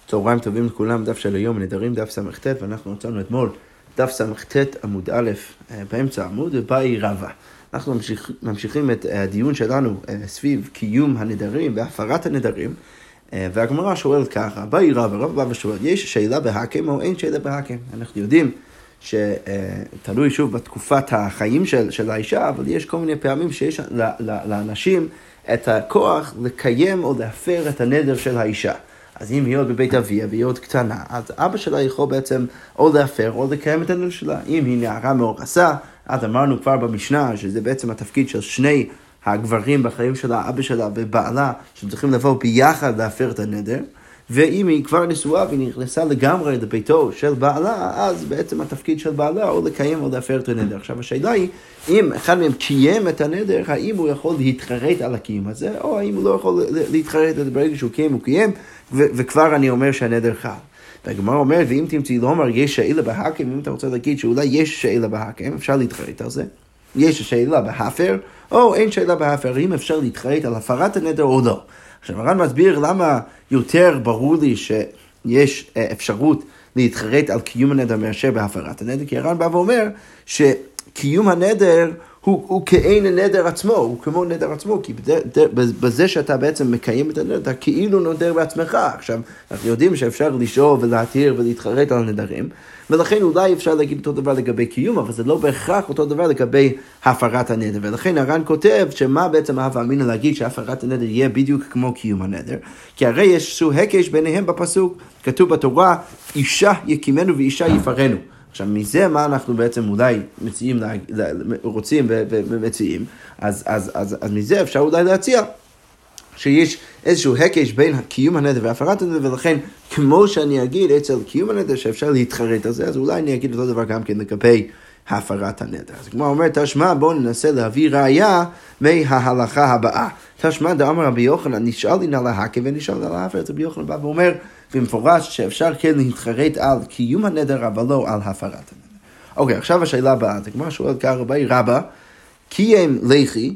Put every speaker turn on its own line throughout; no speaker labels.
צהריים טובים לכולם, דף של היום, נדרים דף סמ"ט, ואנחנו מצאנו אתמול דף סמ"ט עמוד א' באמצע העמוד, ובאי רבא. אנחנו ממשיכים את הדיון שלנו סביב קיום הנדרים והפרת הנדרים, והגמרא שואלת ככה, באי רבא, רבא בא ושואל, יש שאלה בהקם או אין שאלה בהקם? אנחנו יודעים שתלוי שוב בתקופת החיים של האישה, אבל יש כל מיני פעמים שיש לאנשים את הכוח לקיים או להפר את הנדר של האישה. אז אם היא עוד בבית אביה והיא עוד קטנה, אז אבא שלה יכול בעצם או להפר או לקיים את הנדר שלה. אם היא נערה מאורסה, אז אמרנו כבר במשנה שזה בעצם התפקיד של שני הגברים בחיים שלה, אבא שלה ובעלה, שצריכים לבוא ביחד להפר את הנדר. ואם היא כבר נשואה והיא נכנסה לגמרי לביתו של בעלה, אז בעצם התפקיד של בעלה או לקיים או להפר את הנדר. עכשיו השאלה היא, אם אחד מהם קיים את הנדר, האם הוא יכול להתחרט על הקיום הזה, או האם הוא לא יכול להתחרט ברגע שהוא קיים, הוא קיים, וכבר אני אומר שהנדר חל. והגמרא אומרת, ואם תמצאי לומר, יש שאלה בהקם, אם אתה רוצה להגיד שאולי יש שאלה בהקם, אפשר להתחרט על זה. יש שאלה בהפר, או אין שאלה בהפר, אם אפשר להתחרט על הפרת הנדר או לא. עכשיו, הר"ן מסביר למה יותר ברור לי שיש אפשרות להתחרט על קיום הנדר מאשר בהפרת הנדר, כי הר"ן בא ואומר שקיום הנדר הוא כאין הנדר עצמו, הוא כמו נדר עצמו, כי בזה שאתה בעצם מקיים את הנדר, אתה כאילו נודר בעצמך. עכשיו, אנחנו יודעים שאפשר לשאול ולהתיר ולהתחרט על הנדרים, ולכן אולי אפשר להגיד אותו דבר לגבי קיום, אבל זה לא בהכרח אותו דבר לגבי הפרת הנדר. ולכן הר"ן כותב שמה בעצם הווה אמינא להגיד שהפרת הנדר יהיה בדיוק כמו קיום הנדר, כי הרי יש הקש ביניהם בפסוק, כתוב בתורה, אישה יקימנו ואישה יפרנו. עכשיו, מזה מה אנחנו בעצם אולי מציעים, רוצים ומציעים, אז מזה אפשר אולי להציע שיש איזשהו הקש בין קיום הנדר והפרת הנדר, ולכן כמו שאני אגיד אצל קיום הנדר שאפשר להתחרט על זה, אז אולי אני אגיד אותו דבר גם כן לגבי הפרת הנדר. אז כמו אומר, תשמע, בואו ננסה להביא ראיה מההלכה הבאה. תשמע, דאמר רבי יוחנן, נשאל לי נא להקם ונשאל נא להפר. רבי יוחנן בא ואומר במפורש שאפשר כן להתחרט על קיום הנדר, אבל לא על הפרת הנדר. אוקיי, עכשיו השאלה הבאה, זה כמו שואל ככה רבי רבא, קיים לחי,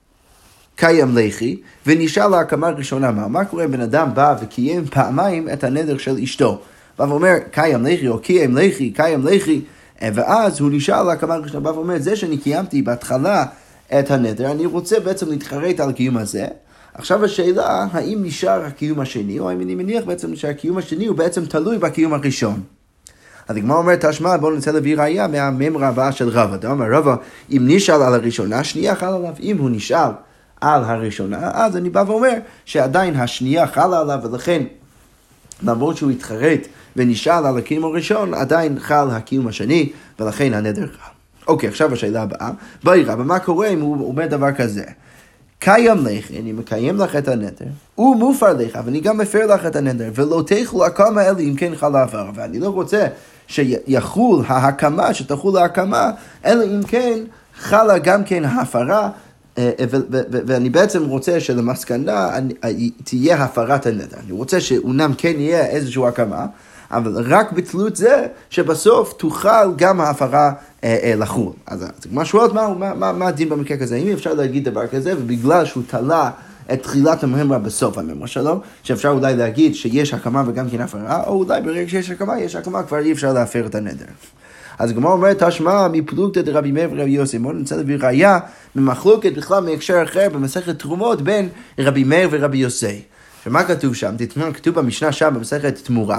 ונשאל להקמה ראשונה, מה קורה בן אדם בא וקיים פעמיים את הנדר של אשתו? בא ואומר, קיים לחי, או קיים לחי, ואז הוא נשאל להקמה ראשונה, בא ואומר, זה שאני קיימתי בהתחלה את הנדר, אני רוצה בעצם להתחרט על הקיום הזה. עכשיו השאלה, האם נשאר הקיום השני, או האם אני מניח בעצם שהקיום השני הוא בעצם תלוי בקיום הראשון. אז הגמרא אומרת, תשמע, בואו ננסה להביא ראיה מהממרה הבאה של רבא. דאמר רבא, אם נשאל על הראשונה, השנייה חל עליו. אם הוא נשאל על הראשונה, אז אני בא ואומר שעדיין השנייה חלה עליו, ולכן למרות שהוא התחרט ונשאל על הקיום הראשון, עדיין חל הקיום השני, ולכן הנדר חל. אוקיי, עכשיו השאלה הבאה. באי רבא, מה קורה אם הוא אומר דבר כזה? קיים לך, אני מקיים לך את הנדר, ומופר לך, ואני גם מפר לך את הנדר, ולא תחול הקמה אלא אם כן חלה הפרה, ואני לא רוצה שיחול ההקמה, שתחול ההקמה, אלא אם כן חלה גם כן ההפרה, ואני בעצם רוצה שלמסקנה תהיה הפרת הנדר. אני רוצה שאונם כן יהיה איזשהו הקמה, אבל רק בתלות זה שבסוף תוכל גם ההפרה לחול. אז מה שואלת, מה הדין במקרה כזה? אם אפשר להגיד דבר כזה, ובגלל שהוא תלה את תחילת הממרה בסוף הממרה שלו, שאפשר אולי להגיד שיש הקמה וגם כן הפרה, או אולי ברגע שיש הקמה, כבר אי אפשר להפר את הנדר. אז הגמרא אומרת, תשמע, מפלוגתא דרבי מאיר ורבי יוסי, בואו ננסה להביא ראיה ממחלוקת בכלל מהקשר אחר במסכת תרומות בין רבי מאיר ורבי יוסי. ומה כתוב שם? כתוב במשנה שם במסכת תמורה,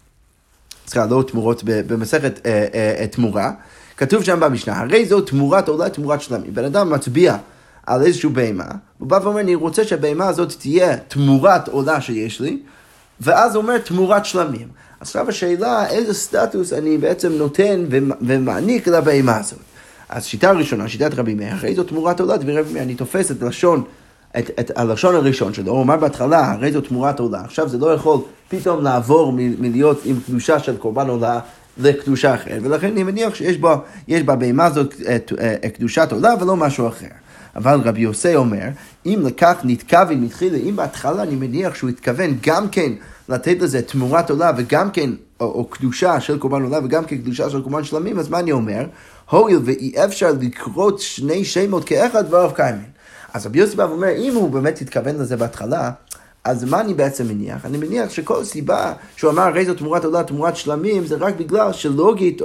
לא תמורות, במסכת תמורה, כתוב שם במשנה, הרי זו תמורת עולה, תמורת שלמים. בן אדם מצביע על איזשהו בהמה, הוא בא ואומר, אני רוצה שהבהמה הזאת תהיה תמורת עולה שיש לי, ואז הוא אומר תמורת שלמים. עכשיו השאלה, איזה סטטוס אני בעצם נותן ומעניק לבהמה הזאת. אז שיטה הראשונה, שיטת רבי מאיר, הרי זו תמורת עולה, ורבי מאיר, אני תופס את הלשון הראשון שלו, הוא אמר בהתחלה, הרי זו תמורת עולה. עכשיו זה לא יכול פתאום לעבור מלהיות עם קדושה של קורבן עולה לקדושה אחרת, ולכן אני מניח שיש בה בהמה הזאת קדושת עולה ולא משהו אחר. אבל רבי יוסי אומר, אם לכך נתכוון מתחילה, אם בהתחלה אני מניח שהוא התכוון גם כן לתת לזה תמורת עולה וגם כן, או קדושה של קורבן עולה וגם כן קדושה של קורבן שלמים, אז מה אני אומר? הואיל ואי אפשר לקרות שני שמות כאחד דבריו קיימים. אז רבי יוסי בא ואומר, אם הוא באמת התכוון לזה בהתחלה, אז מה אני בעצם מניח? אני מניח שכל סיבה שהוא אמר הרי זו תמורת עולה, תמורת שלמים, זה רק בגלל שלוגית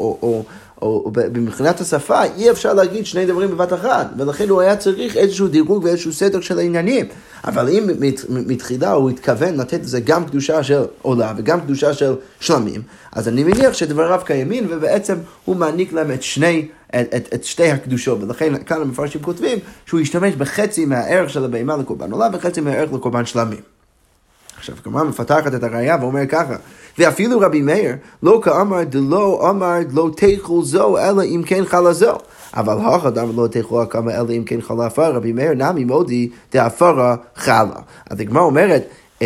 או במבחינת השפה אי אפשר להגיד שני דברים בבת אחת, ולכן הוא היה צריך איזשהו דירוג ואיזשהו סדר של העניינים. אבל אם מתחילה הוא התכוון לתת לזה גם קדושה של עולה וגם קדושה של שלמים, אז אני מניח שדבריו קיימים, ובעצם הוא מעניק להם את שתי הקדושות, ולכן כאן המפרשים כותבים שהוא ישתמש בחצי מהערך של הבהמה לקורבן עולה וחצי מהערך לקורבן שלמים. עכשיו, כמובן מפתחת את הראייה ואומר ככה, ואפילו רבי מאיר לא כאמר דלא אמר לא תאכול זו אלא אם כן חלה זו. אבל האחד אמר לא תאכול כמה אלא אם כן חלה הפרה, רבי מאיר נמי מודי דהפרה חלה. אז הגמרא אומרת,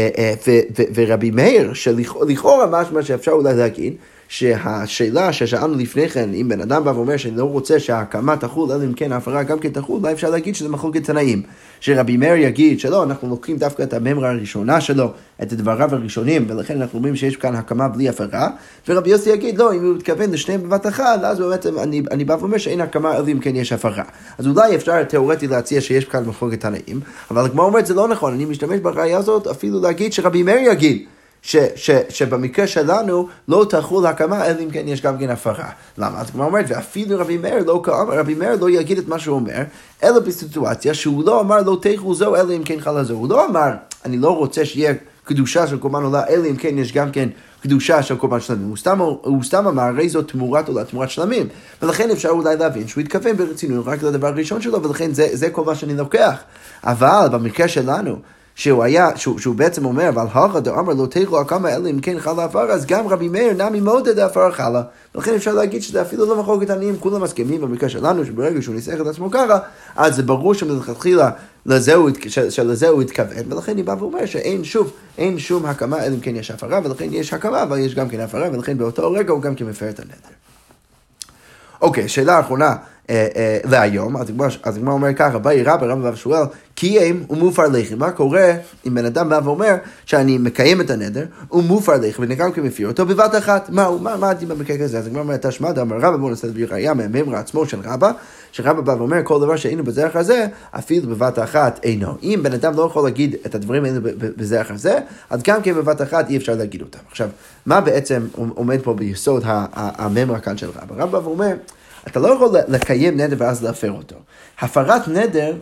ורבי מאיר, שלכאורה משמע שאפשר אולי להגיד, שהשאלה ששאלנו לפני כן, אם בן אדם בא ואומר שאני לא רוצה שההקמה תחול, אלא אם כן ההפרה גם כן תחול, אולי אפשר להגיד שזה מחלוקת תנאים. שרבי מאיר יגיד שלא, אנחנו לוקחים דווקא את הממרה הראשונה שלו, את דבריו הראשונים, ולכן אנחנו אומרים שיש כאן הקמה בלי הפרה, ורבי יוסי יגיד לא, אם הוא מתכוון לשניהם בבת אחת, אז באמת אני בא ואומר שאין הקמה אלא אם כן יש הפרה. אז אולי אפשר תיאורטי להציע שיש כאן מחלוקת תנאים, אבל הגמרא אומרת זה לא נכון, אני משתמש בראיה הזאת אפילו להגיד שרבי מאיר יגיד שבמקרה שלנו לא תחול הקמה אלא אם כן יש גם כן הפרה. למה? אז כמו אומרת, ואפילו רבי מאיר לא כאמר, רבי מאיר לא יגיד את מה שהוא אומר, אלא בסיטואציה שהוא לא אמר לא תאכלו זו אלא אם כן חלה זו. הוא לא אמר, אני לא רוצה שיהיה קדושה של קורבן עולה אלא אם כן יש גם כן קדושה של קורבן שלמים. הוא סתם אמר, הרי זאת תמורת עולה, תמורת שלמים. ולכן אפשר אולי להבין שהוא התכוון ברצינות רק לדבר הראשון שלו, ולכן זה כל מה שאני לוקח. אבל במקרה שלנו, שהוא בעצם אומר, אבל האחד אמר לא תאכלו הקמה אלא אם כן חלה הפרה, אז גם רבי מאיר נמי מודה דהפרה חלה. ולכן אפשר להגיד שזה אפילו לא מחלוקת תנאים, כולם מסכימים במקרה שלנו, שברגע שהוא ניסח את עצמו ככה, אז זה ברור שמלכתחילה שלזה הוא התכוון, ולכן אני בא ואומר שאין שום הקמה אלא אם כן יש הפרה, ולכן יש הקמה, אבל יש גם כן הפרה, ולכן באותו רגע הוא גם כן מפר את הנדר. אוקיי, שאלה האחרונה להיום, אז הגמרא אומר ככה, באי רבא רבא שואל, קיים ומופר לחם. מה קורה אם בן אדם בא ואומר שאני מקיים את הנדר, ומופר לחם, ונקרא כמפיר אותו בבת אחת? מה עדים במקרה כזה? אז הגמרא אומר, תשמע, אמר רבא, בוא נעשה בראיה מהממרה עצמו של רבא, שרבא בא ואומר, כל דבר שהיינו בזרח הזה, אפילו בבת אחת אינו. אם בן אדם לא יכול להגיד את הדברים האלה בזרח הזה, אז גם כן בבת אחת אי אפשר להגיד אותם. עכשיו, מה בעצם עומד פה ביסוד הממרה כאן של רבא? רבא ואומר, אתה לא יכול לקיים נדר ואז להפר אותו. הפרת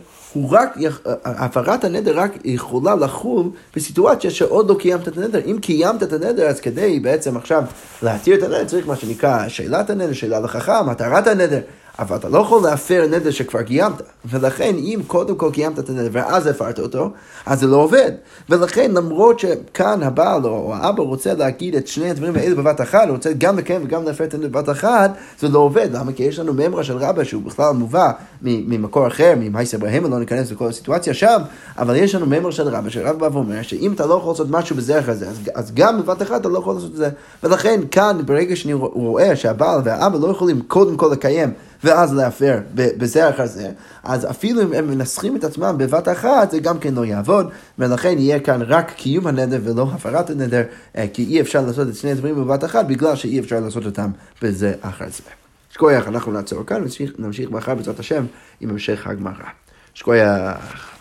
הנדר רק יכולה לחול בסיטואציה שעוד לא קיימת את הנדר. אם קיימת את הנדר, אז כדי בעצם עכשיו להתיר את הנדר, צריך מה שנקרא שאלת הנדר, שאלה לחכם, מטרת הנדר. אבל אתה לא יכול להפר נדר שכבר קיימת. ולכן אם קודם כל קיימת את הנדר ואז הפרת אותו, אז זה לא עובד. ולכן למרות שכאן הבעל או האבא רוצה להגיד את שני הדברים האלה בבת אחת, הוא רוצה גם לקיים וגם להפר את הנדר בבת אחת, זה לא עובד. למה? כי יש לנו ממרה של רבא שהוא בכלל מובא ממקור אחר, ממייס אברהם, לא ניכנס לכל הסיטואציה שם, אבל יש לנו ממרה של רבא, שרבא בא ואומר שאם אתה לא יכול לעשות משהו בזרח הזה, אז גם בבת אחת אתה לא יכול לעשות את זה. ולכן כאן ברגע שאני רואה שהבעל והאבא לא יכולים קודם כל לקיים ואז להפר בזרח הזה, אז אפילו אם הם מנסחים את עצמם בבת אחת, זה גם כן לא יעבוד, ולכן יהיה כאן רק קיום הנדר ולא הפרת הנדר, כי אי אפשר לעשות את שני הדברים בבת אחת, בגלל שאי אפשר לעשות אותם בזה אחר זה. שכוייך, אנחנו נעצור כאן, ונמשיך מחר בעזרת השם עם המשך הגמרא. שכוייך.